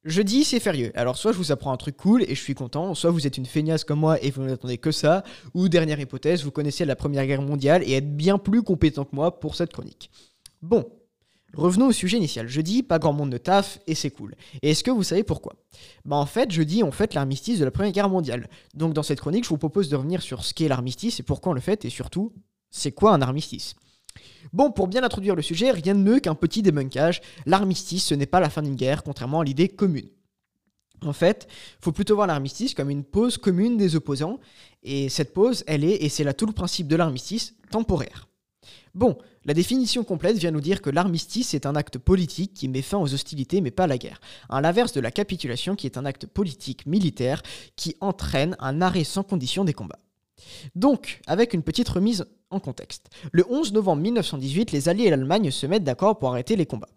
Jeudi, c'est férieux. Alors soit je vous apprends un truc cool et je suis content, soit vous êtes une feignasse comme moi et vous n'attendez que ça, ou dernière hypothèse, vous connaissez la Première Guerre mondiale et êtes bien plus compétent que moi pour cette chronique. Bon, revenons au sujet initial. Jeudi, pas grand monde ne taffe et c'est cool. Et est-ce que vous savez pourquoi ? En fait, jeudi, on fête l'armistice de la Première Guerre mondiale. Donc dans cette chronique, je vous propose de revenir sur ce qu'est l'armistice et pourquoi on le fête et surtout, c'est quoi un armistice ? Bon, pour bien introduire le sujet, rien de mieux qu'un petit débunkage. L'armistice, ce n'est pas la fin d'une guerre, contrairement à l'idée commune. En fait, il faut plutôt voir l'armistice comme une pause commune des opposants, et cette pause, elle est, et c'est là tout le principe de l'armistice, temporaire. Bon, la définition complète vient nous dire que l'armistice est un acte politique qui met fin aux hostilités mais pas à la guerre, à l'inverse de la capitulation qui est un acte politique militaire qui entraîne un arrêt sans condition des combats. Donc, avec une petite remise en contexte. Le 11 novembre 1918, les Alliés et l'Allemagne se mettent d'accord pour arrêter les combats.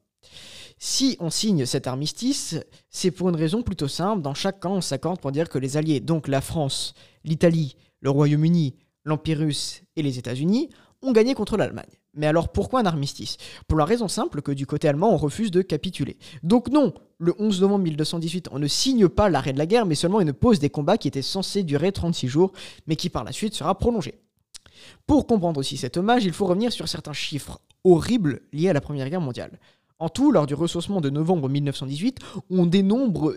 Si on signe cet armistice, c'est pour une raison plutôt simple. Dans chaque camp, on s'accorde pour dire que les Alliés, donc la France, l'Italie, le Royaume-Uni, l'Empire russe et les États-Unis, ont gagné contre l'Allemagne. Mais alors pourquoi un armistice ? Pour la raison simple que du côté allemand, on refuse de capituler. Donc non, le 11 novembre 1218, on ne signe pas l'arrêt de la guerre, mais seulement une pause des combats qui était censée durer 36 jours, mais qui par la suite sera prolongée. Pour comprendre aussi cet hommage, il faut revenir sur certains chiffres horribles liés à la Première Guerre mondiale. En tout, lors du recensement de novembre 1918, on dénombre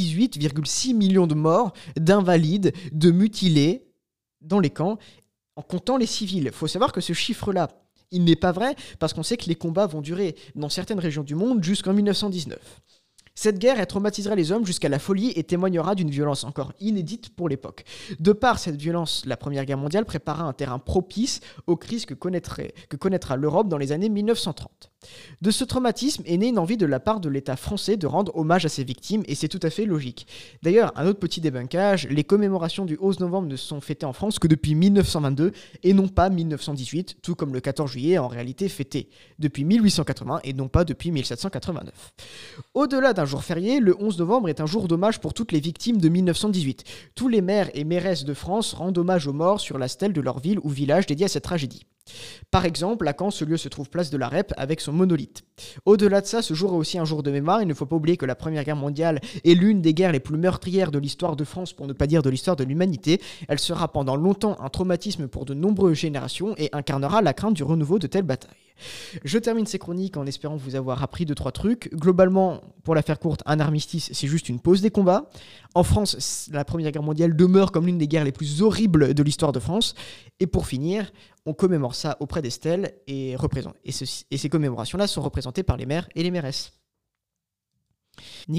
18,6 millions de morts, d'invalides, de mutilés dans les camps, en comptant les civils. Il faut savoir que ce chiffre-là, il n'est pas vrai parce qu'on sait que les combats vont durer dans certaines régions du monde jusqu'en 1919. Cette guerre, elle traumatisera les hommes jusqu'à la folie et témoignera d'une violence encore inédite pour l'époque. De par cette violence, la Première Guerre mondiale prépara un terrain propice aux crises que connaîtra l'Europe dans les années 1930. De ce traumatisme est née une envie de la part de l'État français de rendre hommage à ses victimes, et c'est tout à fait logique. D'ailleurs, un autre petit débunkage, les commémorations du 11 novembre ne sont fêtées en France que depuis 1922 et non pas 1918, tout comme le 14 juillet est en réalité fêté depuis 1880 et non pas depuis 1789. Au-delà d'un jour férié, le 11 novembre est un jour d'hommage pour toutes les victimes de 1918. Tous les maires et mairesses de France rendent hommage aux morts sur la stèle de leur ville ou village dédié à cette tragédie. Par exemple, à Caen, ce lieu se trouve place de la Rep avec son monolithe. Au-delà de ça, ce jour est aussi un jour de mémoire. Il ne faut pas oublier que la Première Guerre mondiale est l'une des guerres les plus meurtrières de l'histoire de France, pour ne pas dire de l'histoire de l'humanité. Elle sera pendant longtemps un traumatisme pour de nombreuses générations et incarnera la crainte du renouveau de telles batailles. Je termine ces chroniques en espérant vous avoir appris 2-3 trucs. Globalement, pour la faire courte, un armistice, c'est juste une pause des combats. En France, la Première Guerre mondiale demeure comme l'une des guerres les plus horribles de l'histoire de France. Et pour finir, on commémore ça auprès des stèles et ces commémorations-là sont représentées par les maires et les mairesses.